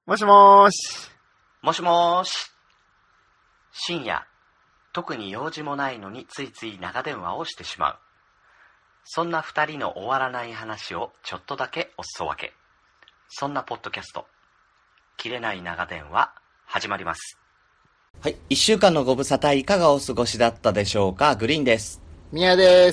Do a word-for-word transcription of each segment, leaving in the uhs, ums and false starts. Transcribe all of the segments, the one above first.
もしもーし。 もしもーし。深夜、特に用事もないのについつい長電話をしてしまう。そんな二人の終わらない話をちょっとだけおすそ分け。そんなポッドキャスト、切れない長電話、始まります。 はい、一週間のご無沙汰いかがお過ごしだったでしょうか。グリーンです。 みやです。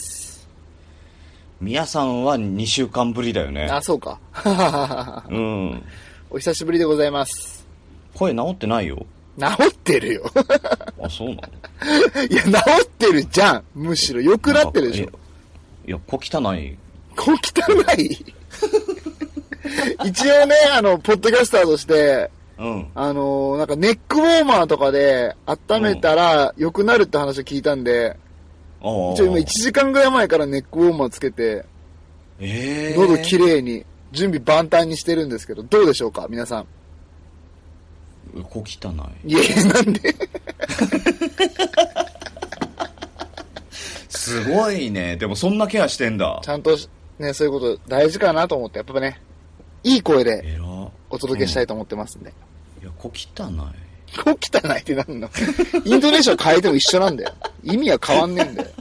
みやさんはにしゅうかんぶりだよね。 あ、そうか。 うん。 お久しぶりでございます。 声治ってないよ。 治ってるよ。 あ、そうなの？ いや、治ってるじゃん。むしろ良くなってるでしょ。 いや、小汚い。 小汚い一応ね、あの、ポッドキャスターとして、 うん。 あの、なんかネックウォーマーとかで温めたら良くなるって話を聞いたんで、うん、一応今いちじかんぐらい前からネックウォーマーつけて、 えー、 喉きれいに、準備万端にしてるんですけど、どうでしょうか、皆さん。 小汚い。 いやいや、なんですごいね。でもそんなケアしてんだ。 ちゃんとね、そういうこと大事かなと思って、やっぱね、いい声でお届けしたいと思ってますんで。 うん、いや、小汚い。 小汚いってなんのイントネーション変えても一緒なんだよ。意味は変わんねえんだよ。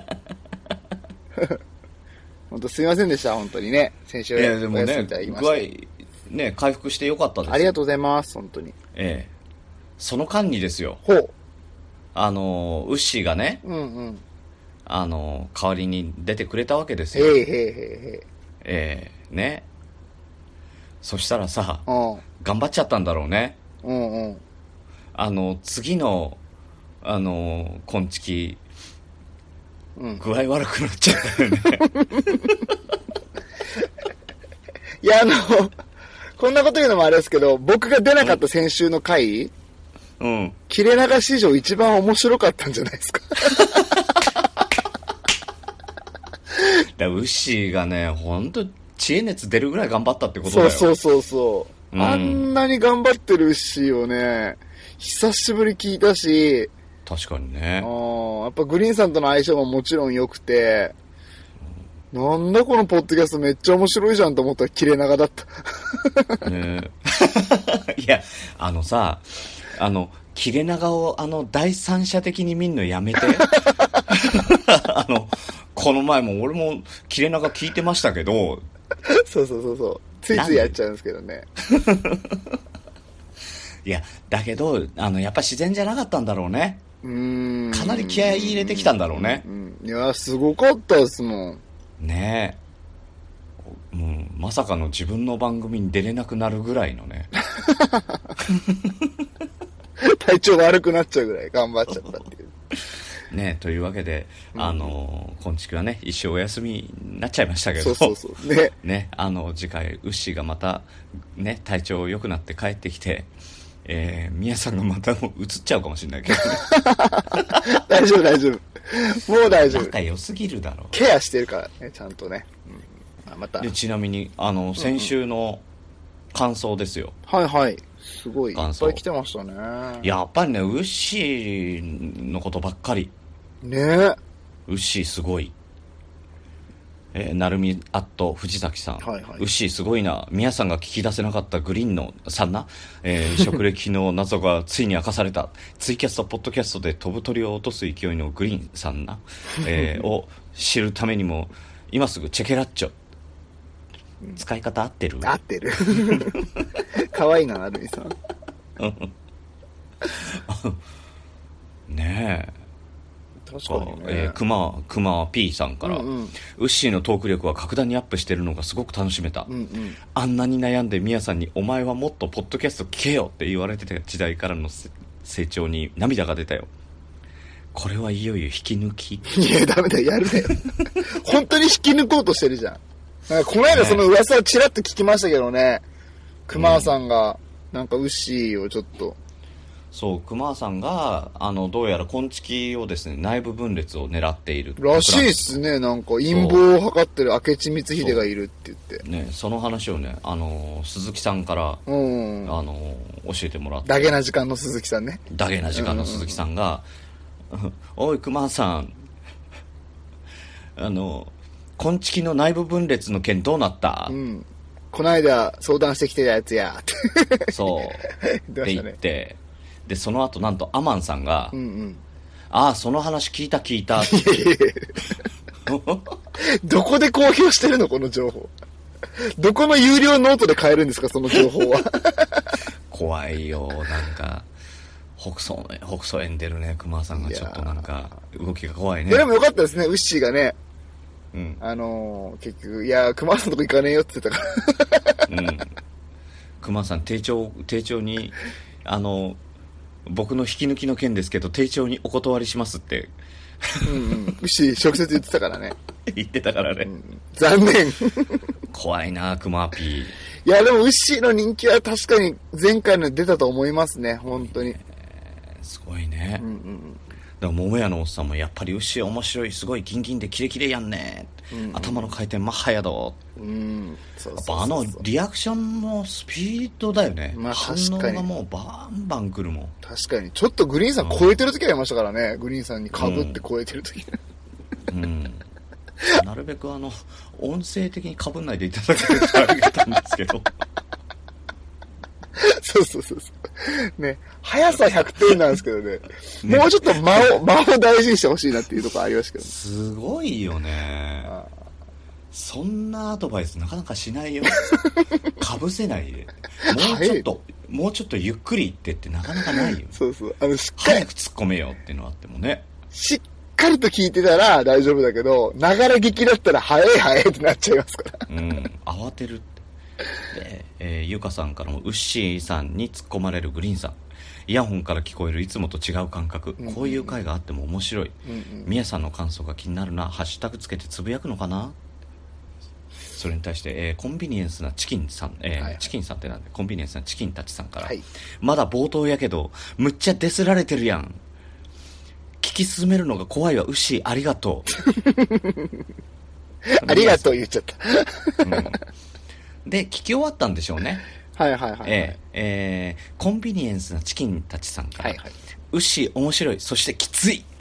本当すいませんでした、本当にね。先週お休みいただきました。 具合ね、回復してよかったです。 ありがとうございます、本当に。 ええ。その間にですよ。 ほう。 あの、ウッシーがね、 うんうん。 あの、代わりに出てくれたわけですよ。 へえへえへえ。ええ、ね。そしたらさ、 うん、 頑張っちゃったんだろうね。 うんうん。 あの、次の、あの、こんちき、うん、具合悪くなっちゃったよね。 いや、あの、こんなこと言うのもあれですけど、僕が出なかった先週の回、 うん。 切れ長史上一番面白かったんじゃないですか。 だウッシーがね、ほんと知恵熱出るぐらい頑張ったってことだよ。 そうそうそうそう、うん。あんなに頑張ってるウッシーをね、久しぶり聞いたし、 確かにね。 あやっぱグリーンさんとの相性ももちろん良くて、うん、なんだこのポッドキャストめっちゃ面白いじゃんと思ったら切れ長だった。 ねいや、あのさ、あの、切れ長をあの第三者的に見んのやめて。あの、この前も俺も切れ長聞いてましたけど。 そうそうそうそう。ついついやっちゃうんですけどね。 いや、だけど、あの、やっぱ自然じゃなかったんだろうね。 うーん。 かなり気合い入れてきたんだろうね。 うんうん、いや、すごかったですもん。 ねえ。うん、まさかの自分の番組に出れなくなるぐらいのね。 体調悪くなっちゃうぐらい頑張っちゃったっていう。 ねえ、というわけで、あの、こんちきはね、一生お休みになっちゃいましたけど。 そうそうそう。ね。 ね、あの、次回、ウッシーがまた、ね、体調良くなって帰ってきて、えー、宮さんがまたもう映っちゃうかもしれないけどね。 大丈夫大丈夫。もう大丈夫。 仲良すぎるだろう。 ケアしてるからね、ちゃんとね。うん、あまた。 で、ちなみに、あの、先週の感想ですよ。 うんうん、はいはい。すごい。いっぱい来てましたね。 やっぱりね、ウッシーのことばっかり。 ねえ。 ウッシーすごい。えー、なるみアット藤崎さん、 はいはい、 ウッシーすごいな、宮さんが聞き出せなかったグリーンのさんな、えー、職歴の謎がついに明かされたツイキャストポッドキャストで飛ぶ鳥を落とす勢いのグリーンさんな、えー、を知るためにも今すぐチェケラッチョ、使い方合ってる？ 合ってる。かわいいな、なるみさん。 ねえ、 確かにね。 えー、熊熊 P さんから、うんうん、ウッシーのトーク力は格段にアップしてるのがすごく楽しめた、うんうん、あんなに悩んでミヤさんにお前はもっとポッドキャスト聞けよって言われてた時代からの成長に涙が出たよ。これはいよいよ引き抜き。 いやダメだよ、やるねよ。本当に引き抜こうとしてるじゃん。なんかこの間その噂をちらっと聞きましたけどね、熊さんがなんかウッシーをちょっと、 そう、熊さんがあのどうやら昆虫をですね、内部分裂を狙っているらしいっすね。なんか陰謀を図ってる明智光秀がいるって言ってね、その話をね、あの鈴木さんから、うん、あの教えてもらって、 ダゲな時間の鈴木さんね、 ダゲな時間の鈴木さんが、うんうんうん、おい熊さん、あの昆虫の内部分裂の件どうなった、うん、 この間相談してきてたやつやってそう言ってましたねって言ってでその後なんとアマンさんが、 うんうん、 ああその話聞いた聞いたどこで公表してるのこの情報。どこの有料ノートで買えるんですかその情報は。 怖いよなんか北総ね北総園出るね熊さんがちょっとなんか動きが怖いね。 でもよかったですねウッシーがね、 うん、 あのー、結局いや熊さんのとこ行かねえよって言ってたからうん熊さん丁重丁重にあの僕の引き抜きの件ですけど丁重にお断りしますってうん、うん、ウッシー直接言ってたからね言ってたからね、うん、 残念怖いなクマピー。 いやでもウッシーの人気は確かに前回の出たと思いますね本当に、 えー、すごいね、うんうん、だから桃屋のおっさんもやっぱりウッシー面白いすごいギンギンでキレキレやんね、うんうん、頭の回転マッハやど、うん、そうそうそうそうやっぱあのリアクションのスピードだよね、まあ、反応がもうバンバン来るもん。 確かにちょっとグリーンさん超えてる時ありましたからね、うん、グリーンさんに被って超えてる時、 うん、うんなるべくあの音声的に被んないでいただけるとありがたいんですけどそうそうそうそうね速さひゃくてんなんですけど ね, ねもうちょっと間を間を大事にしてほしいなっていうところありましたけど、ね、 すごいよね。そんなアドバイスなかなかしないよ被せないでもうちょっともうちょっとゆっくり言ってってなかなかないよ。 そうそうあのしっかり早く突っ込めよっていうのはあってもねしっしっかりと聞いてたら大丈夫だけど、ながら聞きだったら早い早いってなっちゃいますから。 うん、慌てるって。で、えー、ゆかさんからも、ウッシーさんに突っ込まれるグリーンさん。イヤホンから聞こえるいつもと違う感覚。うんうん、こういう回があっても面白い。みや、うんうん、さんの感想が気になるな。ハッシュタグつけてつぶやくのかな。それに対して、えー、コンビニエンスなチキンさん、えーはいはい、チキンさんってなんで、コンビニエンスなチキンたちさんから、はい、まだ冒頭やけど、むっちゃディスられてるやん。聞き進めるのが怖いわ。ウッシーありがとうありがとう言っちゃった、 うん、で聞き終わったんでしょうね。 はいはいはい、はい、 えーえー、コンビニエンスなチキンたちさんから、はいはい、ウッシー面白いそしてきつい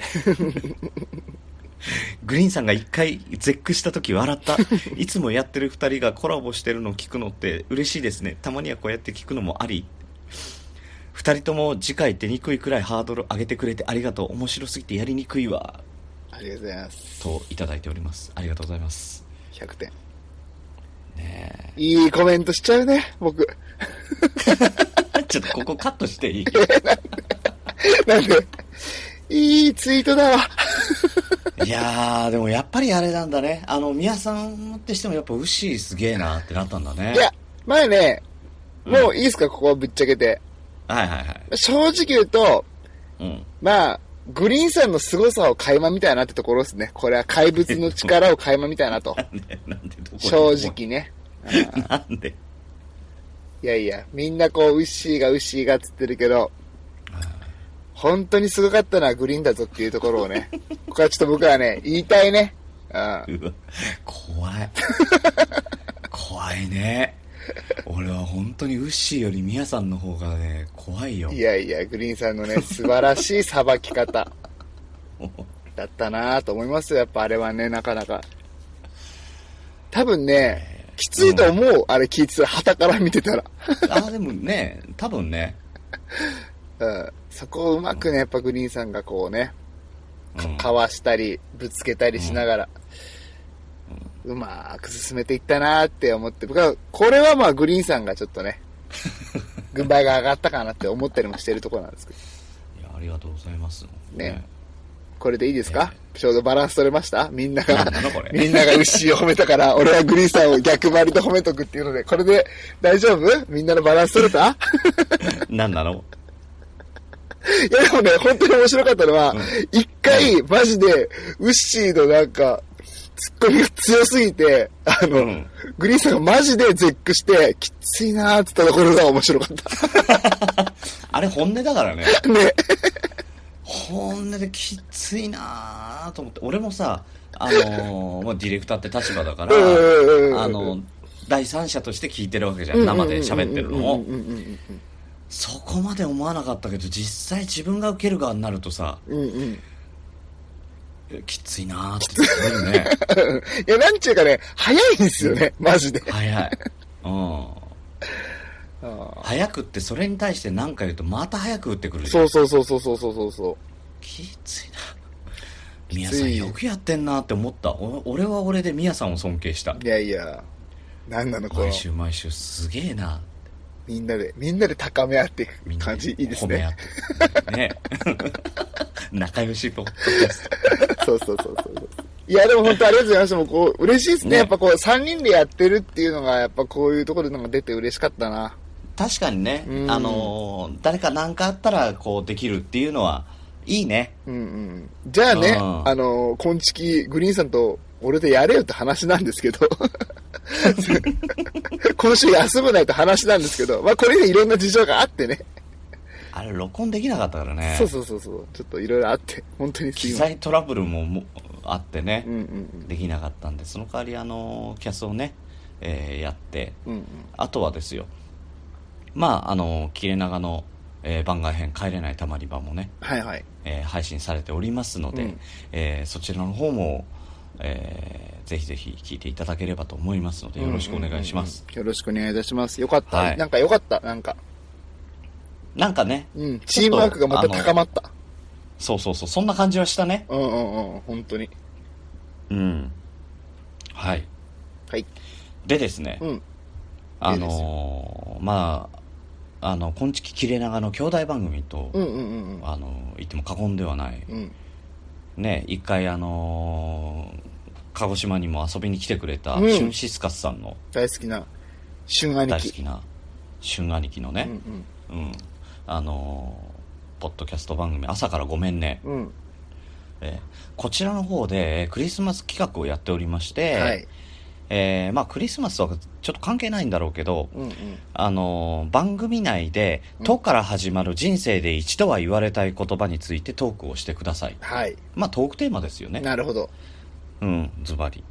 グリーンさんが一回絶句した時笑った。いつもやってる二人がコラボしてるのを聞くのって嬉しいですね。たまにはこうやって聞くのもあり。二人とも次回出にくいくらいハードル上げてくれてありがとう。面白すぎてやりにくいわ。 ありがとうございますといただいております。ありがとうございます。 ひゃくてんねえいいコメントしちゃうね僕ちょっとここカットしていいなんでいいツイートだわいやーでもやっぱりあれなんだね。あの宮さんってしてもやっぱウッシーすげえなってなったんだね。 いや前ねもういいですか、うん、ここはぶっちゃけて。 はいはいはい。 正直言うと、うん、まあグリーンさんの凄さを垣間見たいなってところですね。これは怪物の力を垣間見たいなと。 なんでなんでどこ正直ね。 なんで。 いやいやみんなこうウッシーがウッシーがっつってるけど。本当にすごかったのはグリーンだぞっていうところをね、ここはちょっと僕はね、言いたいね。うん、うわ怖い。怖いね。俺は本当にウッシーよりミヤさんの方がね、怖いよ。 いやいや、グリーンさんのね、素晴らしいさばき方だったなと思いますよ。やっぱあれはね、なかなか。多分ね、きついと思う。うん、あれ聞いてたら、旗から見てたら。 あ、でもね、多分ね。 うん、そこをうまくねやっぱグリーンさんがこうね、うん、かわしたりぶつけたりしながら、うん、うまく進めていったなって思って、僕はこれはまあグリーンさんがちょっとね軍配が上がったかなって思ったりもしてるところなんですけど。 いやありがとうございますね。 ねこれでいいですか、えー、ちょうどバランス取れました。みんながみんながウッシーを褒めたから俺はグリーンさんを逆張りで褒めとくっていうので、これで大丈夫？みんなのバランス取れた？ 何なの？ いやでもね本当に面白かったのは、一、うん、回マジでウッシーのなんかツッコミが強すぎてあの、うん、グリーンさんがマジで絶句してきついなーって言ったところが面白かったあれ本音だからね。 ね本音できついなーと思って、俺もさあのー、まあ、ディレクターって立場だからあの第三者として聞いてるわけじゃん、生で喋ってるのを。そこまで思わなかったけど実際自分が受ける側になるとさ、うんうん、きついなーって言ってるねいやなんちゅうかね早いんですよねマジで早い、ううん早くってそれに対して何か言うとまた早く打ってくる。 そうそうそうそうそうそうそう。 きついな。宮さんよくやってんなって思った。お俺は俺で宮さんを尊敬した。 いやいや、なんなのこれ。 毎週毎週すげえな。 みんなでみんなで高め合っていく感じいいですね。褒め合ってね。 仲良しポッドキャスト。そうそうそうそう。いやでも本当ありがとうございました。もうこう嬉しいですね。ねやっぱこうさんにんでやってるっていうのがやっぱこういうところでなんか出て嬉しかったな。 確かにね。あのー、誰か何かあったらこうできるっていうのはいいね。 うんうん。じゃあね、あのー、こんちきグリーンさんと俺でやれよって話なんですけど。今週休むないと話なんですけど、まあこれでいろんな事情があってね。 あれ録音できなかったからね。 そうそうそうそう。ちょっといろいろあって本当に機材トラブルももあってね、 うんうんうん、 できなかったんで、その代わりあのキャスをね、えー、やって、うんうん、あとはですよ、まああの切れ長の、えー、番外編帰れないたまり場もね、 はいはい、 えー、配信されておりますので、うん、えー、そちらの方も、えー、ぜひぜひ聞いていただければと思いますのでよろしくお願いします、 うんうんうん、よろしくお願いいたします。よかった、 はい、 なんかよかったなんかなんかね、 うん、チームワークがまた高まった。 そうそうそう、そんな感じはしたね。 うんうんうん、本当に。 うん。はい。 はい。 でですね、 うん、 あのー、まあ、あの、こんちき切れ長の兄弟番組と、 うんうんうんうん、 あの、言っても過言ではない。 うん、 ね、一回あのー、鹿児島にも遊びに来てくれた、うん、シュンシスカスさんの、 大好きな、シュン兄貴。 大好きな、シュン兄貴のね、 うんうん、 うん。あのー、ポッドキャスト番組朝からごめんね、 うん、 えー、こちらの方でクリスマス企画をやっておりまして、 はい、 えー、まあクリスマスはちょっと関係ないんだろうけど、 うんうん、 あのー、番組内で「と」から始まる人生で一度は言われたい言葉についてトークをしてください。 はい、 まあトークテーマですよね。 なるほど。 うんズバリ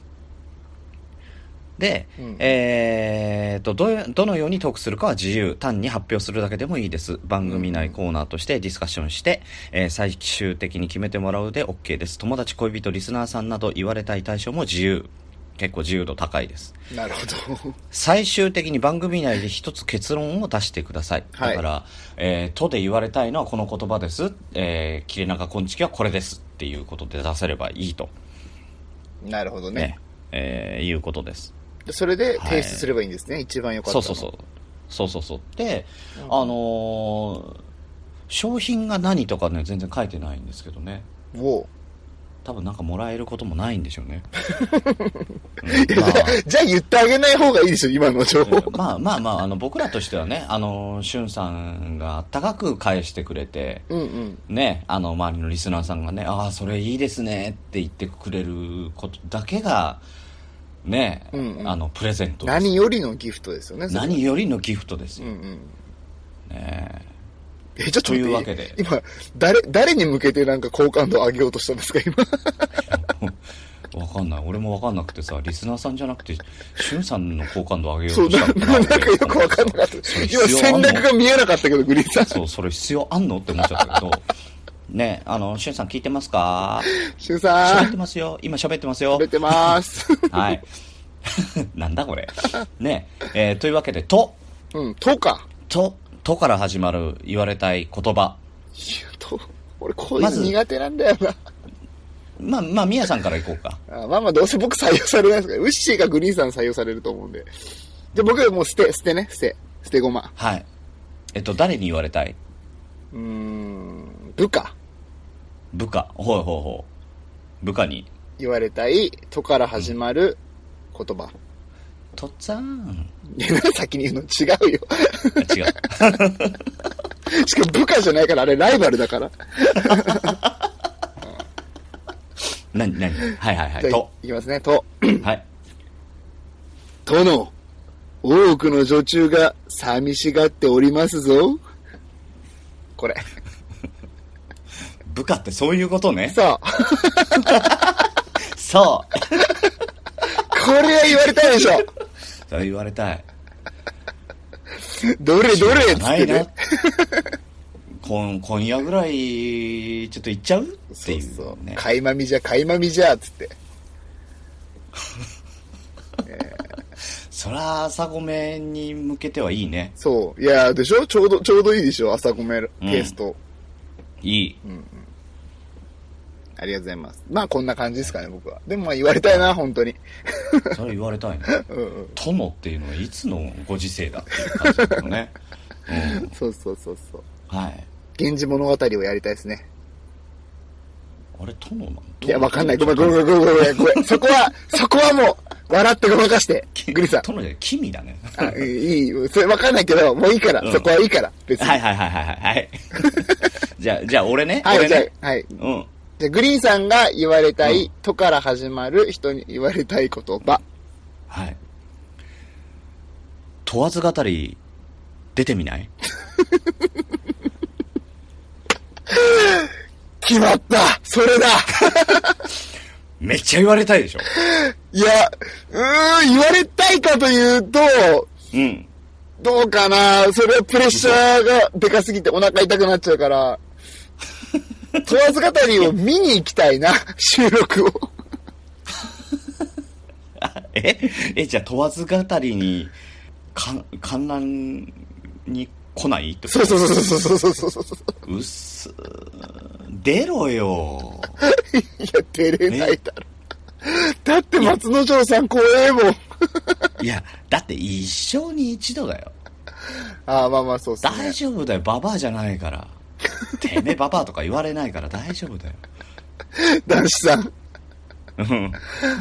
で、うん、えーと、ど、どのようにトークするかは自由。単に発表するだけでもいいです。番組内コーナーとしてディスカッションして、えー、最終的に決めてもらうで OK です。友達、恋人、リスナーさんなど言われたい対象も自由。結構自由度高いです。 なるほど。 最終的に番組内で一つ結論を出してください。だから、はい、えー、とで言われたいのはこの言葉です。えー、切れ長こんちきはこれですっていうことで出せればいいと。 なるほどね。 ね、えー、いうことです。 それで提出すればいいんですね、はい、一番良かったの。 そうそうそうそうそうそうで、うん、あのー、商品が何とかね全然書いてないんですけどね。 お多分なんかもらえることもないんでしょうね、 うんまあ、じゃあ言ってあげない方がいいでしょ今の情報。 まあまあまああの僕らとしてはね、あのしゅんさんがあったかく返してくれて、 うんうん、 ね、あの周りのリスナーさんがね、ああそれいいですねって言ってくれることだけがね、うんうん、あのプレゼントです。 何よりのギフトですよね。 何よりのギフトですよ、 うんうん、 ねえちょっとというわけで今誰誰に向けてなんか好感度上げようとしたんですか今。わかんない、俺もわかんなくてさ、リスナーさんじゃなくてしゅんさんの好感度上げようとしたのかな。そう な, なんかよくわかんなかった。今戦略が見えなかったけどグリーンさん。 そうそれ必要あんのって思っちゃったけど。ね、あの、しゅんさん聞いてますか？ しゅんさん。 喋ってますよ。今喋ってますよ。 喋ってます。 はい。なんだこれ。ね、えー、というわけで、と。 うん、とか。 と、とから始まる言われたい言葉。 いや、と、俺こういうの苦手なんだよな。 まあ、まあ、みやさんからいこうか。 あまあまあ、どうせ僕採用されないですから、ウッシーがグリーンさん採用されると思うんで。じゃあ僕はもう捨て、捨てね、捨て。捨てごま。 はい。えっと、誰に言われたい？ うーん、部下。 部下。ほうほうほう。部下に言われたい、とから始まる言葉。 とっつぁん。 いや、先に言うの違うよ。 違う。 しかも部下じゃないから、あれライバルだから。 なになにはいはいはい。と。 いきますね、と。 はい。 殿、多くの女中が寂しがっておりますぞ。これ。 部下ってそういうことね。 そう。 そう。 これは言われたいでしょ。 それ言われたい。 どれどれっつってね。 今, 今夜ぐらいちょっと行っちゃうっていう、ね、そうそうかいまみじゃかいまみじゃっつって、えー、 そら朝ごめに向けてはいいね。 そう。いや、でしょちょうど、ちょうどいいでしょ朝ごめテイスト。 うん、いい。 うんうん。ありがとうございます。まあこんな感じですかね、僕は。でもまあ言われたいな、本当に。 それ言われたいね。 うんうん。 殿っていうのはいつのご時世だっていう感じだけどね。 うん、そうそうそうそう。 はい。 源氏物語をやりたいですね。 あれ、殿なの？ いや、わかんない。ごめん、ごめん、ごめん、ごめん、ごめん。そこは、そこはもう、笑ってごまかして。グリさん。 殿じゃ君だね。 あ、いい。それわかんないけど、もういいから。うん、そこはいいから。別に。 はいはいはいはいはい。じゃあ、じゃあ俺ね。 はい、 俺ね。 じゃあ、はい。うん。じゃあ、グリーンさんが言われたい、うん、とから始まる人に言われたい言葉。 はい。問わず語り、出てみない？ 決まった！それだめっちゃ言われたいでしょ？ いや、うーん、言われたいかというと、 うん。 どうかな？それはプレッシャーがでかすぎてお腹痛くなっちゃうから、問わず語りを見に行きたいな、収録を。 ええ、じゃあ問わず語りに、か観覧に来ないってこと？ そうそうそうそうそうそうそうそう。 うっす。出ろよ。 いや、出れないだろ。だって松之丞さん怖えもん。 いや、だって一生に一度だよ。 ああ、まあまあそうっすね。 大丈夫だよ、ババアじゃないから。てめえババアとか言われないから大丈夫だよ。 男子さん。 うん。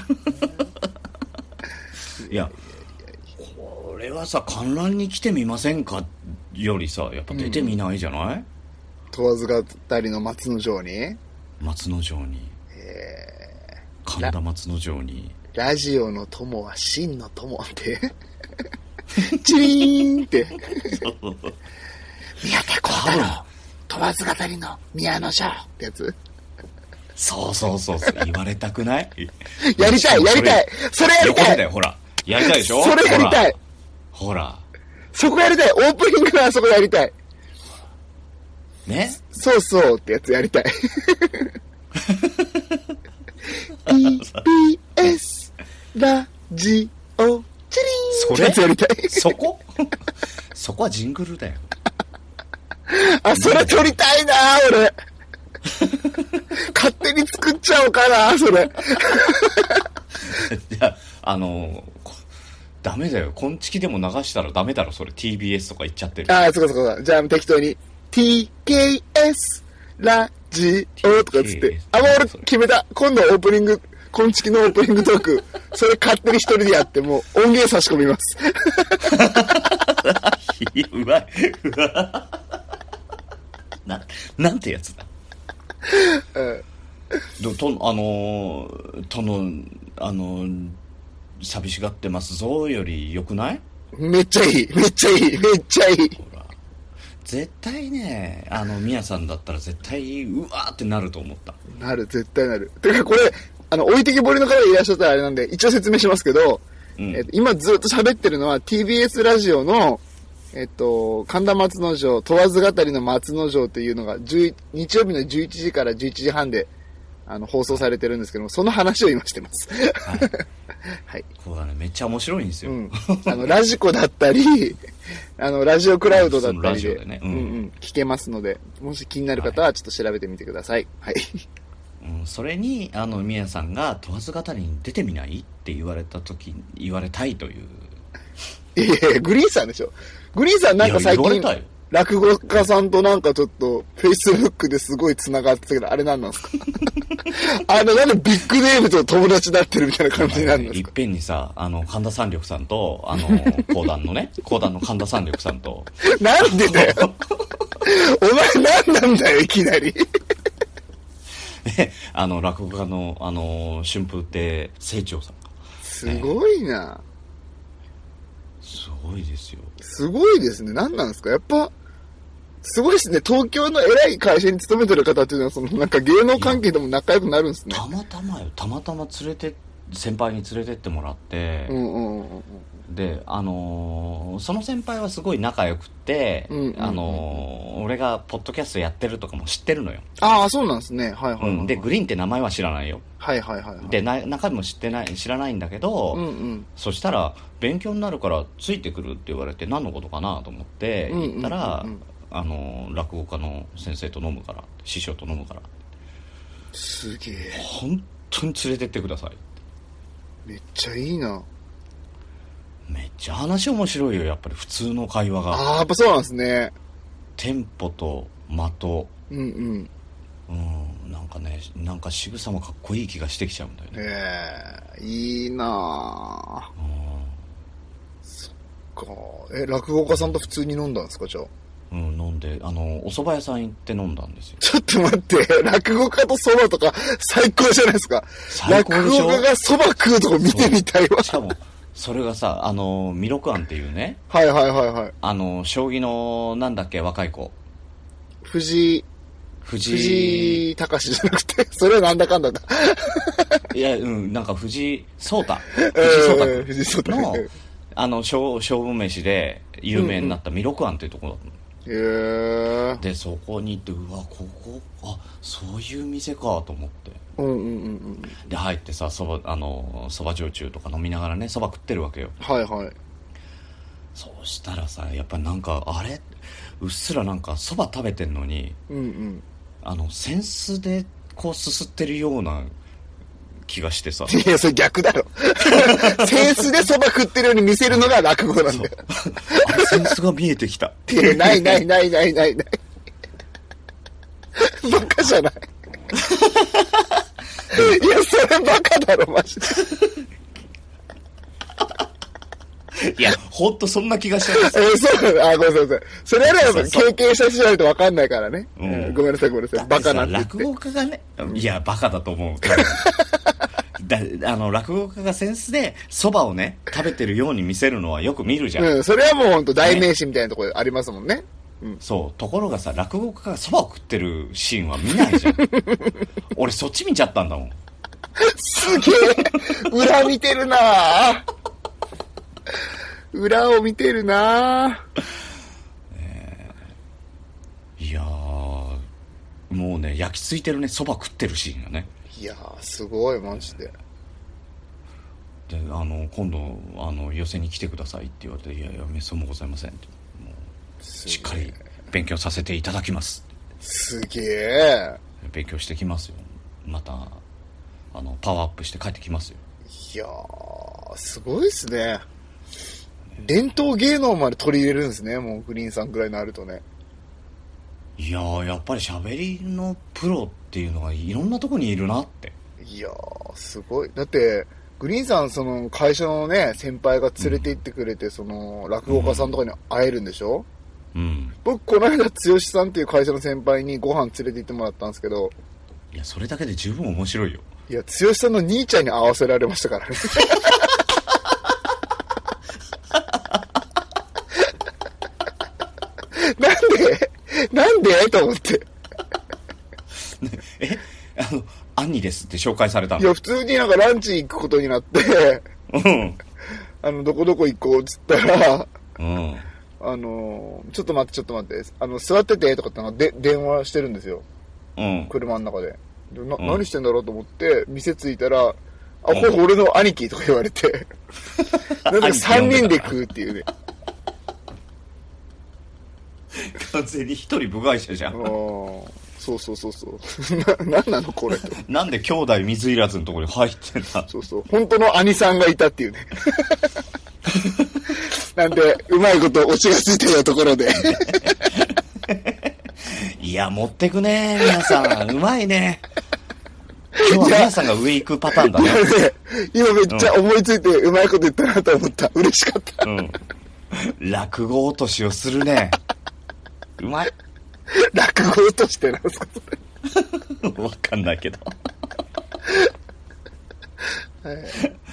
いや、これはさ、観覧に来てみませんかよりさ、やっぱ出てみないじゃない？うん、 問わず語りの松之丞に松之丞に。えー、神田松之丞に。 ラジオの友は真の友って。チリーンって。宮田幸太郎。問わず語りの宮野翔ってやつ。 そうそうそうそう。言われたくない？ やりたい、やりたい。それやりたい。 だよ、ほら。やりたいでしょ？ それやりたい。 ほら。 そこやりたい。オープニングのあそこやりたい。 ね？ そうそうってやつやりたい。ティービーエス ラジオチリーンそれやつやりたい。 そこそこはジングルだよ。 あ、それ撮りたいな俺。勝手に作っちゃおうかなそれ。 いや、あのダメだよ。こんちきでも流したらダメだろ。それ ティービーエス とか言っちゃってる。 ああ、そうかそうか。じゃあ適当に ティーケーエス ラジオとかつって。あ、もう俺決めた。今度オープニング、こんちきのオープニングトーク、それ勝手に一人でやって、もう音源差し込みます。 うまい。うわな、なんてやつだ。うん。と、あのー、との、あのー、寂しがってますぞより良くない？ めっちゃいい。めっちゃいい。めっちゃいい。 ほら。絶対ね、あの、ミヤさんだったら絶対、うわーってなると思った。 なる、絶対なる。てかこれ、あの、置いてきぼりの方がいらっしゃったらあれなんで、一応説明しますけど、うん、えっと、今ずっと喋ってるのは ティービーエス ラジオの、えっと、神田松之丞、問わず語りの松之丞っていうのが、日曜日のじゅういちじからじゅういちじはんで、あの、放送されてるんですけども、その話を今してます。はい。はい。 そうだね、めっちゃ面白いんですよ。うん。 あの、ラジコだったり、あの、ラジオクラウドだったりで、 でね、うん、 うんうん、聞けますので、もし気になる方はちょっと調べてみてください。はい。 うん、それに、あの、宮さんが問わず語りに出てみないって言われたとき、言われたいという。 いやいや、グリーンさんでしょ。グリーンさんなんか最近、落語家さんとなんかちょっと、フェイスブックですごい繋がってたけど、あれ何なんですか？あの、なんでビッグネームと友達になってるみたいな感じになるんですか？ いっぺんにさ、あの、神田三緑さんと、あの、講談のね、講談の神田三緑さんと。 なんでだよ。お前何なんだよ、いきなり。 で、あの、落語家の、あの、春風亭清張さんが。 すごいな。 すごいですよ。 すごいですね。何なんですか？やっぱ、すごいですね。東京の偉い会社に勤めてる方っていうのは、そのなんか芸能関係でも仲良くなるんですね。 たまたまよ。たまたま連れて、先輩に連れてってもらって、 うんうんうんうん、 で、あのーその先輩はすごい仲良くて、 うんうんうん、 あのー俺がポッドキャストやってるとかも知ってるのよ。 ああ、そうなんですね。はいはい、はい、 うん。で、グリーンって名前は知らないよ。 はいはいはい、はい。 で、な中身も知ってない、知らないんだけど、 うんうん、そしたら、勉強になるからついてくるって言われて、何のことかなと思って行ったら、うんうんうんうん、あのー落語家の先生と飲むから、師匠と飲むから。 すげえ。 本当に連れてってください。 めっちゃいいな。 めっちゃ話面白いよ、やっぱり普通の会話が。 ああ、やっぱそうなんですね。 テンポと間と、 うんうん。 うん、なんかね、なんか仕草もかっこいい気がしてきちゃうんだよね。 ええー、いいなぁ。うん。そっか。え、落語家さんと普通に飲んだんですか、じゃあ。 うん、飲んで、あの、お蕎麦屋さん行って飲んだんですよ。 ちょっと待って、落語家と蕎麦とか最高じゃないですか。最高でしょ。落語家が蕎麦食うとこ見てみたいわ。 しかも、それがさ、あの、弥勒庵っていうね。 はいはいはいはい。 あの、将棋の、なんだっけ、若い子。 藤井、 藤井、 藤井隆じゃなくて、それはなんだかんだだ。 いや、うん、なんか藤井聡太。藤井聡太、えー、 藤井聡太の、あの、勝負飯で有名になった弥勒庵っていうところだったの。 へー。 で、そこに行って、うわ、ここ、あ、そういう店かと思って。 うんうんうんうん。 で、入ってさ、そば、あの、そば焼酎とか飲みながらね、そば食ってるわけよ。 はいはい。 そうしたらさ、やっぱなんか、あれうっすらなんか、そば食べてんのに、 うんうん。 あの、扇子で、こう、すすってるような気がしてさ。 いや、それ逆だろ。扇子でそば食ってるように見せるのが落語なんだよ。 扇子が見えてきた。 いや、ないないないないないない。バカじゃない。いや、それバカだろ、マジで。 いや、ほんとそんな気がしちゃった。 えー、そうだ、あ、ごめんなさい。それはね、経験した人じゃないと分かんないからね。うん、ごめんなさい、ごめんなさい。バカなんて言って。 落語家がね、いや、バカだと思う。だあの、落語家が扇子で蕎麦をね、食べてるように見せるのはよく見るじゃん。 うん、それはもうほんと代名詞みたいなところありますもんね。 うん、そう。ところがさ、落語家が蕎麦を食ってるシーンは見ないじゃん。俺そっち見ちゃったんだもん。 すげえ裏見てるなぁ。裏を見てるなぁ、 えー、いやーもうね焼き付いてるね蕎麦食ってるシーンがね。 いやーすごいマジで。 であの今度あの寄席に来てくださいって言われて、いやいやめっそうもございませんってもうしっかり勉強させていただきます。 すげえ勉強してきますよ。またあのパワーアップして帰ってきますよ。 いやーすごいっすね。伝統芸能まで取り入れるんですね。もうグリーンさんぐらいになるとね。 いやーやっぱり喋りのプロっていうのがいろんなとこにいるなって。 いやーすごい。だってグリーンさんその会社のね先輩が連れて行ってくれて、うん、その落語家さんとかに会えるんでしょ。うん、僕この間剛さんっていう会社の先輩にご飯連れて行ってもらったんですけど、 いやそれだけで十分面白いよ。 いや剛さんの兄ちゃんに会わせられましたからね。なんでなんでと思って。 えあの兄ですって紹介されたの？ いや普通になんかランチ行くことになって、うん、あのどこどこ行こうっつったら、うん、あのちょっと待ってちょっと待ってあの座っててとかってなんかで電話してるんですよ、うん、車の中ででな、うん、何してんだろうと思って店着いたら、あ、これ俺の兄貴とか言われて、なんかさんにんで食うっていうね。 完全に一人部外者じゃん。 そうそうそうそうな、なんなのこれと。 なんで兄弟水入らずのところに入ってんだ。 そうそう本当の兄さんがいたっていうね。なんでうまいことオチがついてるところで。 いや持ってくね皆さんうまいね。今日は皆さんが上行くパターンだね。 今めっちゃ思いついてうまいこと言ったなと思った。嬉しかった。うん。 落語落としをするね。うまい。 落語落としてなんすかそれ。わかんないけど。 はい、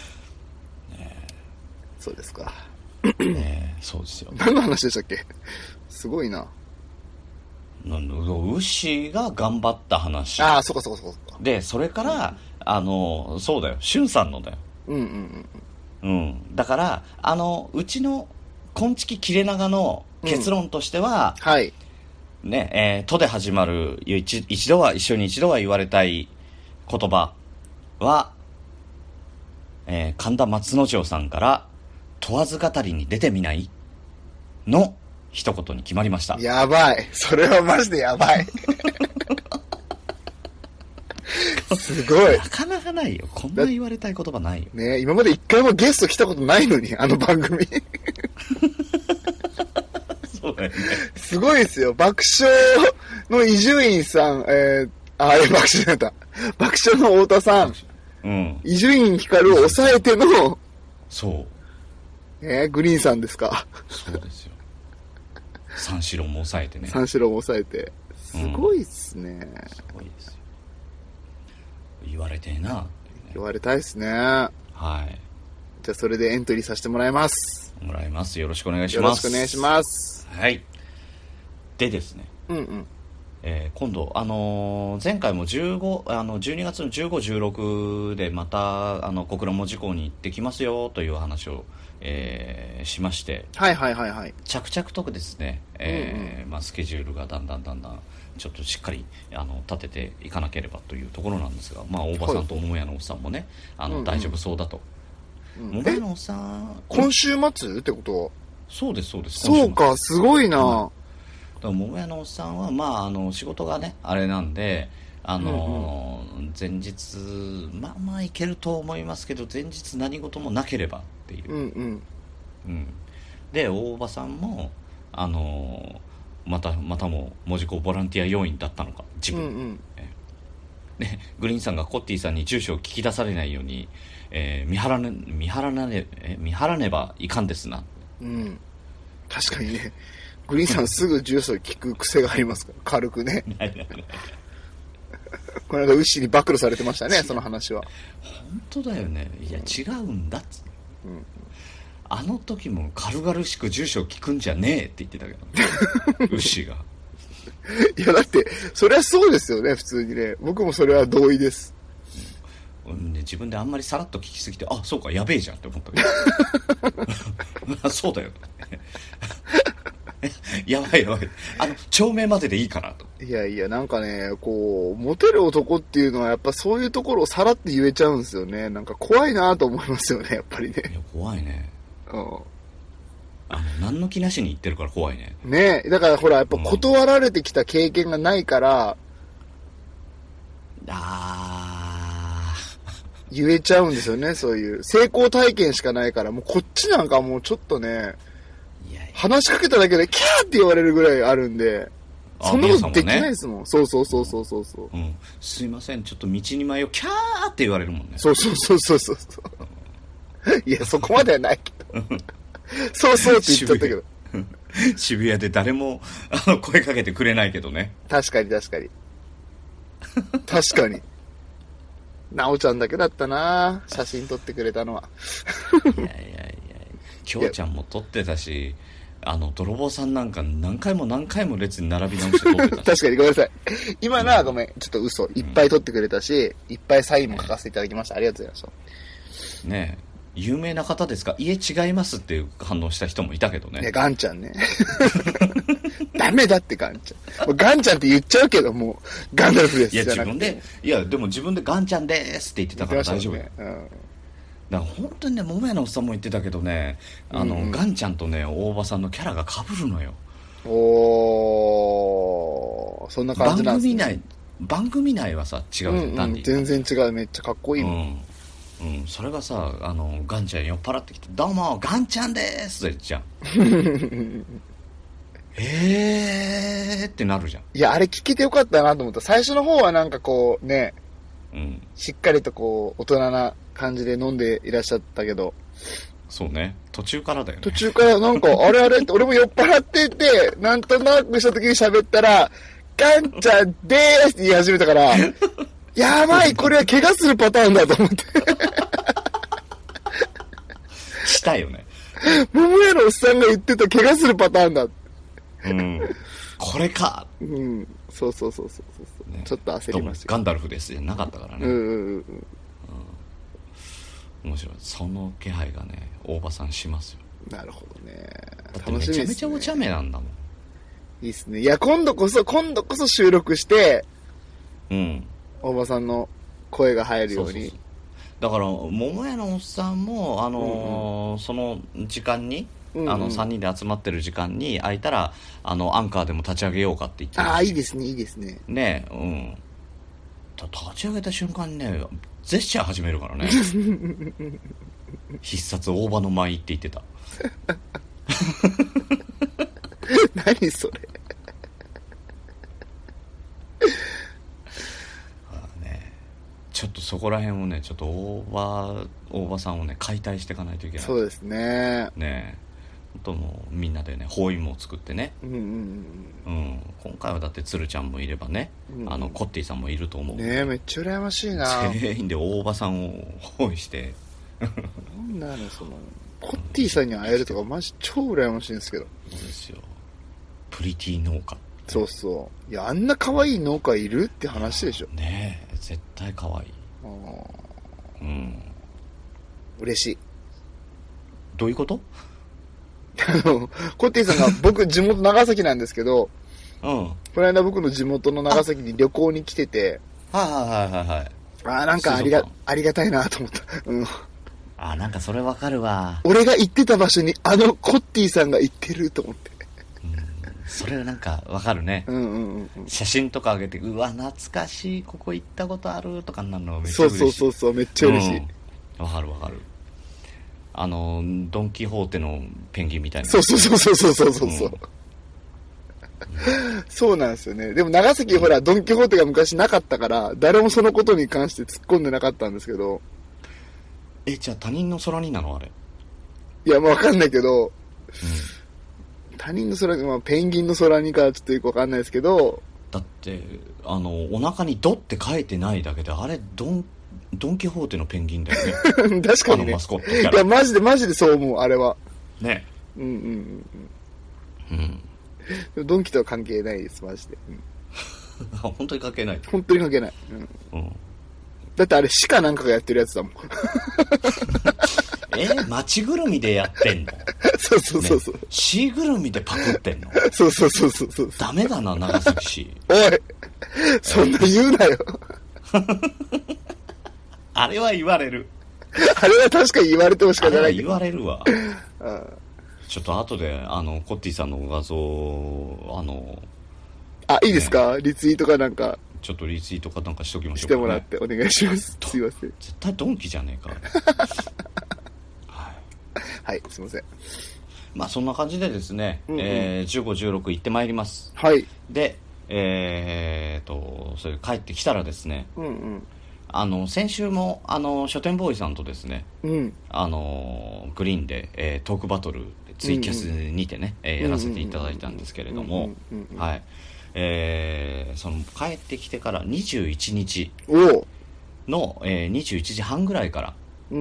そうですか。 ね、そうですよ。 何の話でしたっけ？すごいな。 なんだウッシーが頑張った話。 ああ、そうかそうかそうか。 で、それから、うん、あの、そうだよ、しゅんさんのだよ。 うんうんうん。 うん、だからあのうちのこんちき切れ長の結論としては、 うん、はいねえー、とで始まる一一度は一緒に一度は言われたい言葉は、えー、神田松之丞さんから問わず語りに出てみないの一言に決まりました。 やばい、それはマジでやばいすごい。 なかなかないよ。こんな言われたい言葉ないよ。 ね、今まで一回もゲスト来たことないのに、あの番組。 そうだよね。 すごいですよ。爆笑の伊集院さん、えー、あ、あれ爆笑だった。爆笑の太田さん。 うん。 伊集院光を抑えての、 そう。 えー、グリーンさんですか。 そうですよ。三四郎も抑えてね。 三四郎も抑えて。すごいっすね。うん、 すごいですよ。言われてえな、ね、 言われたいですね。 はい。 じゃあそれでエントリーさせてもらいます。 もらいます。よろしくお願いします。 よろしくお願いします。 はい。でですね。 うんうん。 えー、今度あのー、前回もじゅうごあのじゅうにがつのじゅうご、じゅうろくでまたあの小倉門司港に行ってきますよという話を、えー、しまして、 はいはいはいはい。 着々とですね、えーうんうん、 まあ、スケジュールがだんだんだんだんちょっとしっかりあの立てていかなければというところなんですが、まあ、大場さんと桃屋のおっさんもねあの、うんうん、大丈夫そうだと、うん、桃屋のおっさん今週末ってこと？ そうですそうです。 そうか、すごいな、うん桃屋のおっさんは、まあ、あの仕事がねあれなんであの、うんうん、前日まあまあいけると思いますけど前日何事もなければっていう、 うんうんうん、で大場さんもあのまたまたも門司港ボランティア要員だったのか自分、うんうん、でグリーンさんがコッティさんに住所を聞き出されないように、えー、見張らね見張らねえ見張らねばいかんですな、 うん、確かにねグリーンさんすぐ住所を聞く癖がありますから軽くねこの間ウッシーに暴露されてましたねその話は。 本当だよね。いや違うんだっつって、うん、あの時も軽々しく住所を聞くんじゃねえって言ってたけど、ね、ウッシーがいやだってそれはそうですよね普通にね。僕もそれは同意です、 うん、自分であんまりさらっと聞きすぎてあそうかやべえじゃんって思ったけどそうだよやばいやばいあの町名まででいいかなと。 いやいやなんかねこうモテる男っていうのはやっぱそういうところをさらって言えちゃうんですよね。なんか怖いなと思いますよねやっぱりね。 いや怖いね。 うん。 あの何の気なしに言ってるから怖いね。 ねえだからほらやっぱ断られてきた経験がないから、 うん、あ言えちゃうんですよね。そういう成功体験しかないからもうこっちなんかもうちょっとねいやいや話しかけただけでキャーって言われるぐらいあるんでそんなことできないですもん、ね、そうそうそうそうそうそう、 うん、すいませんちょっと道に迷うキャーって言われるもんね。 そうそうそうそうそういやそこまではないけどそうそうって言っちゃったけど渋谷で誰もあの声かけてくれないけどね。 確かに確かに確かになおちゃんだけだったな写真撮ってくれたのは。 いやいやいやきょうちゃんも撮ってたしあの泥棒さんなんか何回も何回も列に並び直して撮ってたし確かにごめんなさい今のはごめんちょっと嘘いっぱい撮ってくれたし、うん、いっぱいサインも書かせていただきました、ね、ありがとうございましたね。 え有名な方ですか？いえ違いますっていう反応した人もいたけどね。 いやガンちゃんねダメだってガンちゃんもうガンちゃんって言っちゃうけどもうガンダルフですいや自分でいやでも自分でガンちゃんですって言ってたから大丈夫、ねうん、だから本当にね桃屋のおっさんも言ってたけどねあの、うんうん、ガンちゃんとね大場さんのキャラが被るのよ。 おーそんな感じなんですね。 番組内番組内はさ違うじゃん、うんうん、ダンディ全然違うめっちゃかっこいいもん、 うんうん、それがさあのガンちゃん酔っ払ってきてどうもガンちゃんですって言っちゃうえーってなるじゃん。 いやあれ聞けてよかったなと思った。最初の方はなんかこうね、 うん、 しっかりとこう大人な感じで飲んでいらっしゃったけどそうね途中からだよね。 途中からなんかあれあれって俺も酔っ払っててなんとなくした時に喋ったらガンちゃんでーすって言い始めたからやばいこれは怪我するパターンだと思ってしたよね。 桃屋のおっさんが言ってた怪我するパターンだ。 うんこれか。 うんそうそうそうそうそう、ね、ちょっと焦りました。 ガンダルフですじゃなかったからね。 うんうんうん、うん、 面白い。その気配がね大場さんしますよ。 なるほどね。 だってめちゃめちゃお茶目なんだもん。 いいっすね。いや、今度こそ、今度こそ収録して、 うん。 大場さんの声が入るように。そうそうそう。 だから、桃屋のおっさんも、あのーうんうん、その時間に、うんうん、あの、さんにんで集まってる時間に空いたら、あの、アンカーでも立ち上げようかって言ってる。 ああ、いいですね、いいですね。 ねえ、うん。立ち上げた瞬間にね、ジェスチャー始めるからね。必殺大場の舞って言ってた。 何それ。 あ、ね、ちょっとそこら辺をねちょっと大場大場さんをね解体していかないといけない。 そうですね。 ねえ、ともうみんなでね包囲網を作ってね、うんうんうん、うん、今回はだって鶴ちゃんもいればね、うんうん、あのコッティさんもいると思うね。えめっちゃ羨ましいな。 全員で大場さんを包囲してなんなのそのコッティさんに会えるとかマジ超羨ましいんですけど。 そうですよ。プリティ農家。 そうそう。いや、あんな可愛い農家いるって話でしょ。 ねえ、絶対可愛い。うん。 嬉しい。 どういうこと？ あの、コッティさんが、僕地元長崎なんですけど、うん。この間僕の地元の長崎に旅行に来てて、 はいはいはいはい。 ああ、なんかありが、ありがたいなと思った。うん。 ああ、なんかそれわかるわ。 俺が行ってた場所にあのコッティさんが行ってると思って。 それなんかわかるね、うんうんうん、写真とか上げてうわ懐かしいここ行ったことあるとかなるのめっちゃ嬉しい。 そうそうそうそうめっちゃ嬉しい。 わ、うん、かるわかる。あのドン・キホーテのペンギンみたいな。 そうそうそうそうそうそうそう、うん、そうなんですよね。でも長崎ほらドン・キホーテが昔なかったから誰もそのことに関して突っ込んでなかったんですけど。 えじゃあ他人の空になのあれ。 いやもうわかんないけど、うん、他人の空に、まあ、ペンギンの空にかちょっとよくわかんないですけど。 だってあのお腹にドって書いてないだけであれドンドンキホーテのペンギンだよね。 確かにね。 あのマスコットキャラ。 いやマジでマジでそう思うあれは。 ね。 うんうんうんうん。うん。ドンキとは関係ないですマジで。 うん、本当に関係ない。 本当に関係ない。うん。うん、だってあれ鹿なんかがやってるやつだもん。 え町ぐるみでやってんの？ そうそうそうそう、ね。 市ぐるみでパクってんの？ そうそうそうそうそう。 ダメだな長崎市。 おい、そんな言うなよ。 あれは言われる。 あれは確かに言われてもしかないけど。 言われるわ。うん、ちょっと後であのコッティさんの画像あの。 あいいですか、ね、リツイートかなんか。 ちょっとリツイートかなんかしときましょうか、ね。 してもらってお願いします。すいません。 絶対ドンキじゃねえか。 はい、はい、すいません。 まあそんな感じでですね、うんうん、えー、じゅうご、じゅうろく行ってまいります。 はい。 で、えーと、それ帰ってきたらですね、うんうん、あの先週もあの書店ボーイさんとですね、うん、あのグリーンで、えー、トークバトルツイキャスにてね、うんうん、えー、やらせていただいたんですけれども、はい。えー、その帰ってきてからにじゅういちにちの、えー、にじゅういちじはんぐらいから、うんうん、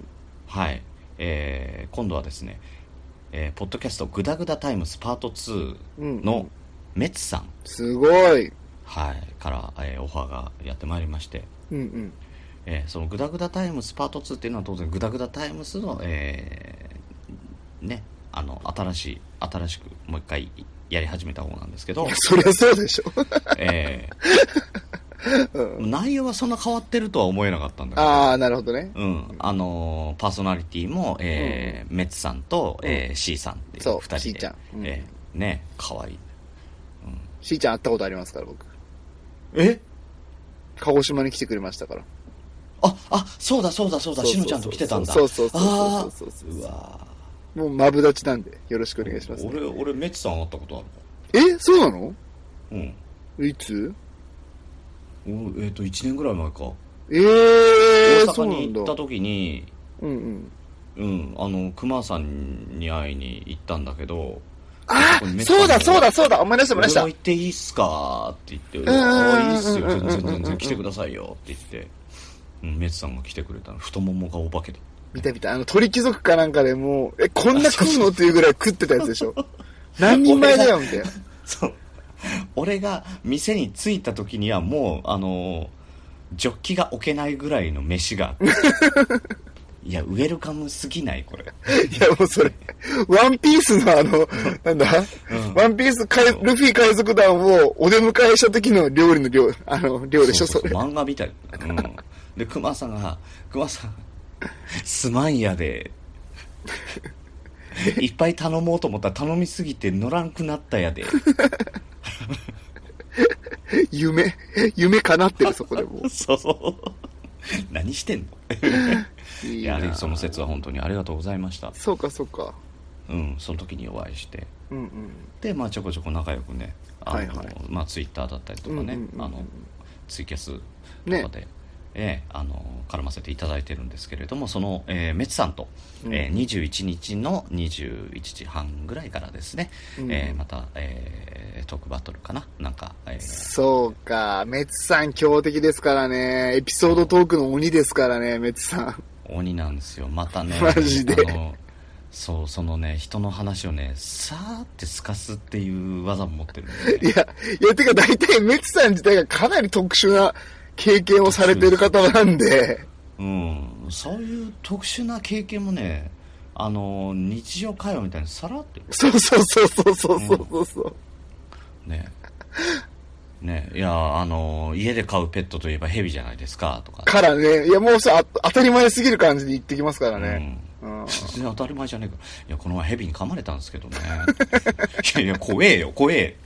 はい、えー、今度はですね、えー、ポッドキャストグダグダタイムスパートツーのメツさん、うんうん、 すごい、 はい、から、えー、オファーがやってまいりまして、うんうんえー、そのグダグダタイムスパートツーっていうのは当然グダグダタイムスの、えー、ね、あの新しい新しくもう一回やり始めた方なんですけど、 そりゃそうでしょ。 えーうん、内容はそんな変わってるとは思えなかったんだけど。 ああ、なるほどね。 うん、あのー、パーソナリティも、えーうん、メッツさんと、えー、C さんっていう二人で、 C ちゃん、うん、 えー、ね、可愛い。 うん、C ちゃん会ったことありますから僕。 え？ 鹿児島に来てくれましたから。 あ、あ、そうだそうだそうだ、しのちゃんと来てたんだ。 そうそうそうそうそうそうそう。うわ。もうマブダチなんでよろしくお願いします、ね。 俺俺メッツさん会ったことある。 え、そうなの？ うん。 いつ？ おえっ、ー、といちねんぐらい前か。 えー、 大阪に行った時に、 うんうん。 うん、あの熊さんに会いに行ったんだけど。 あ、そうだそうだそうだ、思い出した思い出した。 俺も行っていいっすかって言って、ああいいっすよ、全然全然来てくださいよって言って、うん、メツさんが来てくれたの。太ももがお化けで。 見た見た、あの鳥貴族かなんかでもうえこんな食うのっていうぐらい食ってたやつでしょ。何人前だよみたいな。 そう。俺が店に着いた時にはもうあのジョッキが置けないぐらいの飯がいやウェルカムすぎないこれ。 いやもうそれワンピースのあのなんだ、うん、ワンピース海ルフィ海賊団をお出迎えした時の料理の量あの量でしょ。 そうそうそうそれ漫画みたい、うん、で熊さんが熊さんすまんやでいっぱい頼もうと思ったら頼みすぎて乗らんくなったやで夢夢叶ってるそこでもうそうそう何してんのいやその説は本当にありがとうございました。 そうかそうか。 うんその時にお会いして、うんうん、でまあちょこちょこ仲良くねあの、はいはい、まあツイッターだったりとかね、うんうんうん、あのツイキャスとかで、ねえー、あの絡ませていただいてるんですけれども、その、えー、メツさんと、うんえー、にじゅういちにちのにじゅういちじはんぐらいからですね、うんえー、また、えー、トークバトルかななんか、えー、 そうかメツさん強敵ですからね。エピソードトークの鬼ですからねメツさん。 鬼なんですよまたねマジで。 あのそうそのね人の話をねさーってすかすっていう技も持ってるんで、ね、 いやいやてか大体メツさん自体がかなり特殊な経験をされてる方なんで、 うん、そういう特殊な経験もねあの日常会話みたいにさらってる。 そうそうそうそうそうそうそう、 うん、ねねいやあの家で飼うペットといえばヘビじゃないですかとかからねいやもうさ当たり前すぎる感じで言ってきますからね、 うんうん、当たり前じゃねえか。いやこの前ヘビに噛まれたんですけどねいやいや怖えよ怖え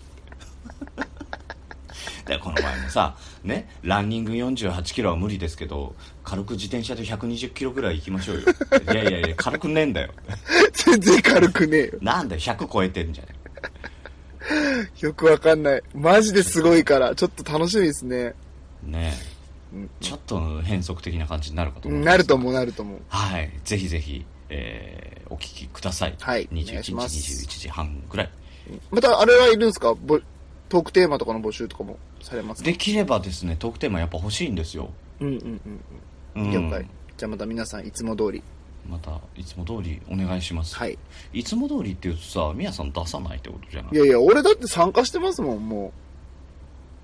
でこの前もさねランニングよんじゅうはちキロは無理ですけど軽く自転車でひゃくにじゅっキロぐらい行きましょうよいやいやいや軽くねえんだよ全然軽くねえよ。 なんだよひゃく超えてんじゃねえよくわかんないマジですごいからちょっと楽しみですね。 ねえ、うん、ちょっと変則的な感じになるかと思う。 なると思うなると思う。 はいぜひぜひ、えー、お聞きください。 はいにじゅういちにちにじゅういちじはんぐらい。 またあれはいるんですかトークテーマとかの募集とかもされますか？ できればですねトークテーマやっぱ欲しいんですよ。 うんうんうんうん、了解。じゃあまた皆さんいつも通りまたいつも通りお願いします。 はい。 いつも通りって言うとさみやさん出さないってことじゃない？ いやいや俺だって参加してますもんもう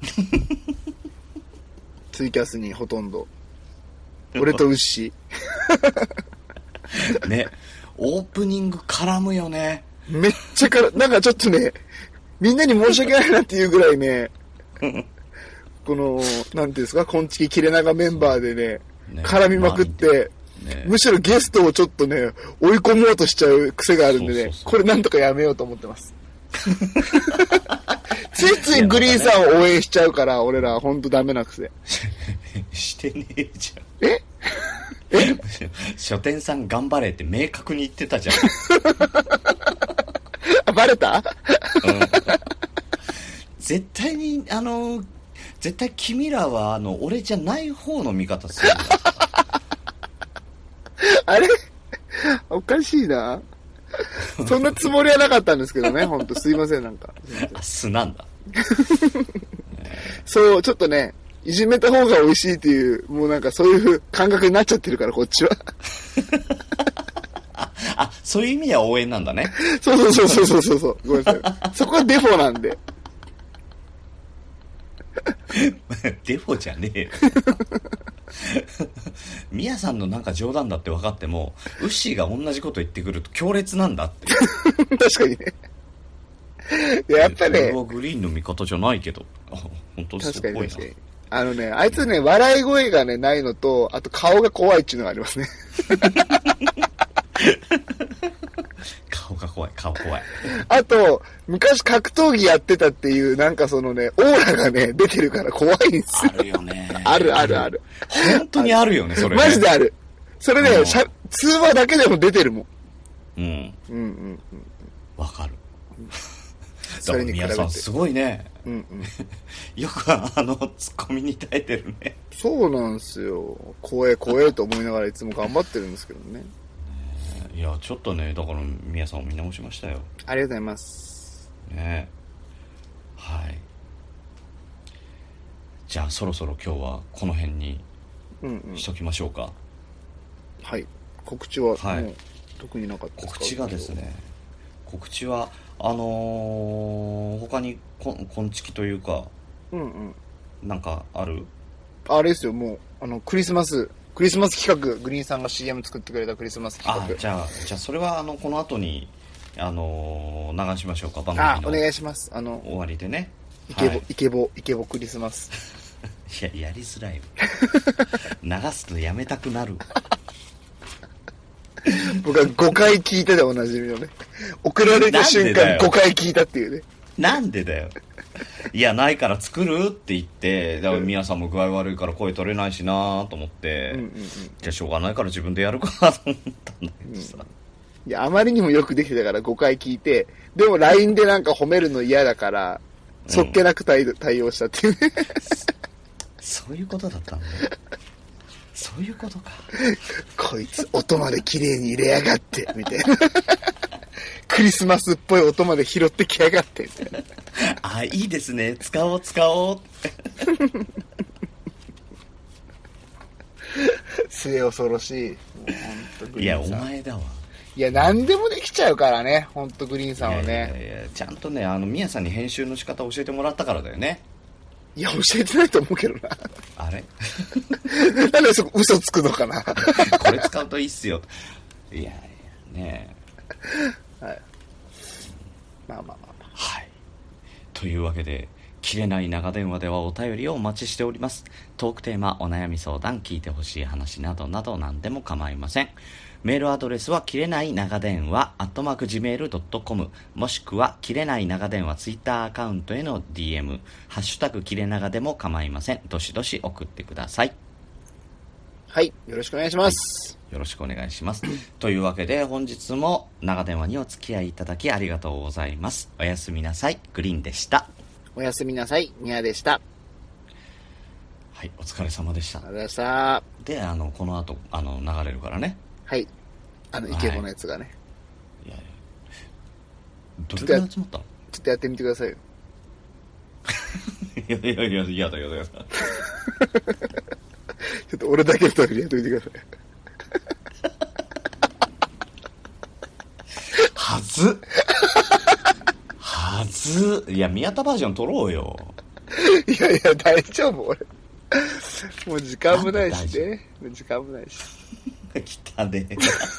ツイキャスにほとんど俺とウッシーねオープニング絡むよね。 めっちゃからなんかちょっとねみんなに申し訳ないなっていうぐらいねこのなんていうんですかこんちき切れ長メンバーで ね, ね絡みまくって、ね、むしろゲストをちょっとね追い込もうとしちゃう癖があるんでねそうそうそうこれなんとかやめようと思ってますついついグリーンさんを応援しちゃうから俺らほんとダメな癖してねえじゃん。ええ書店さん頑張れって明確に言ってたじゃんバレた、うん、 絶対にあの絶対君らはあの俺じゃない方の味方するんだあれおかしいなそんなつもりはなかったんですけどねほんとすいませんなんかあ素なんだそうちょっとねいじめた方が美味しいっていうもうなんかそういう感覚になっちゃってるからこっちはあ、そういう意味では応援なんだね。 そうそうそうそうそうそうごめんなさいそこはデフォなんでデフォじゃねえよミヤさんのなんか冗談だって分かってもウッシーが同じこと言ってくると強烈なんだって確かにねいや、やっぱね俺はグリーンの味方じゃないけど本当すごいな。 あのねあいつね笑い声がねないのとあと顔が怖いっていうのがありますね顔が怖い顔怖いあと昔格闘技やってたっていうなんかそのねオーラがね出てるから怖いんですよ。 あるよねあるあるある本当にあるよねそれねマジであるそれね、うん、通話だけでも出てるもん。 うんうんうんうんわかるだから宮さんすごいね、うんうん、よくあのツッコミに耐えてるね。 そうなんですよ怖え怖えと思いながらいつも頑張ってるんですけどねいやちょっとねだから宮さんを見直しましたよ。 ありがとうございますねはいじゃあそろそろ今日はこの辺にしときましょうか。うんうん、 はい告知はもう、はい、特になかったですか？ 告知がですね告知はあのー、他にこんちきというか、うんうん、なんかある？ あれですよもうあのクリスマスクリスマス企画、グリーンさんが シーエム 作ってくれたクリスマス企画。 あ、じゃあ、じゃあそれはあの、この後に、あのー、流しましょうか、番組の。 あ、お願いします。あの、 終わりでね。 イケボ、 はい、 イケボ、イケボクリスマス。 いや、やりづらいわ。流すのやめたくなる。 僕はごかい聞いたでおなじみのね。送られた瞬間ごかい聞いたっていうね。 なんでだよ。いや、ないから作るって言って、だから皆さんも具合悪いから声取れないしなと思って、うんうんうん、じゃあしょうがないから自分でやるかと思ったんだけどさ、 うん。いや、あまりにもよくできてたからごかい聞いて、でも ライン でなんか褒めるの嫌だから、そっけなく 対,、うん、対応したっていうね。 そういうことだったんだ。そういうことか。 こいつ音まで綺麗に入れやがってみたいな。クリスマスっぽい音まで拾ってきやがってみたいな。 あ、いいですね、使おう使おう。 末恐ろしい。もう本当いや、お前だわ。 いや、何でもできちゃうからね、本当グリーンさんはね。いやいやいや、ちゃんとね、あのミヤさんに編集の仕方を教えてもらったからだよね。 いや、教えてないと思うけどな。あれなんでそこ嘘つくのかな。 これ使うといいっすよ。いやいやねえ。はい。まあまあまあまあ。 はい。というわけで、切れない長電話ではお便りをお待ちしております。トークテーマ、お悩み相談、聞いてほしい話などなど何でも構いません。メールアドレスは切れない長電話アットマーク ジーメールドットコム もしくは切れない長電話ツイッターアカウントへの ディーエム ハッシュタグ切れ長でも構いません。どしどし送ってください。 はい、よろしくお願いします、 はい、よろしくお願いしますというわけで本日も長電話にお付き合いいただきありがとうございます。おやすみなさい。グリーンでした。 おやすみなさい。ニアでした。 はい、お疲れ様でした。 ありがとうございました。 で、あのこの後あの流れるからね。 はい、あのイケボのやつがね、 はい、いやいやどれくらい集まったの？ ちょっとやってみてくださいよ。 いやいやいや、嫌だ嫌だ嫌だ。 ちょっと俺だけのためにやってみてください。 はずはずいや、宮田バージョン撮ろうよ。 いやいや、大丈夫俺。もう時間もないしね。時間もないし。 来たね。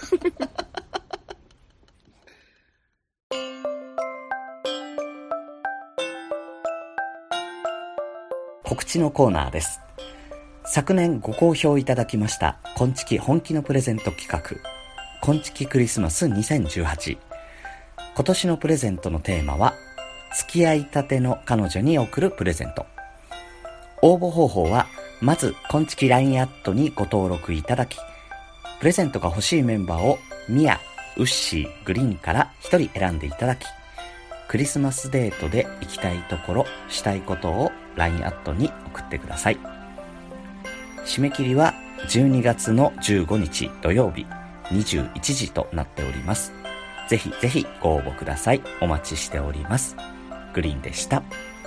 告知のコーナーです。昨年ご好評いただきましたこんちき本気のプレゼント企画、こんちきクリスマスにせんじゅうはち。今年のプレゼントのテーマは付き合いたての彼女に贈るプレゼント。応募方法はまずこんちき ライン アットにご登録いただき、プレゼントが欲しいメンバーをミヤ、ウッシー、グリーンからひとり選んでいただき、クリスマスデートで行きたいところ、したいことを ライン アットに送ってください。締め切りはじゅうにがつのじゅうごにち土曜日にじゅういちじとなっております。ぜひぜひご応募ください。お待ちしております。グリーンでした。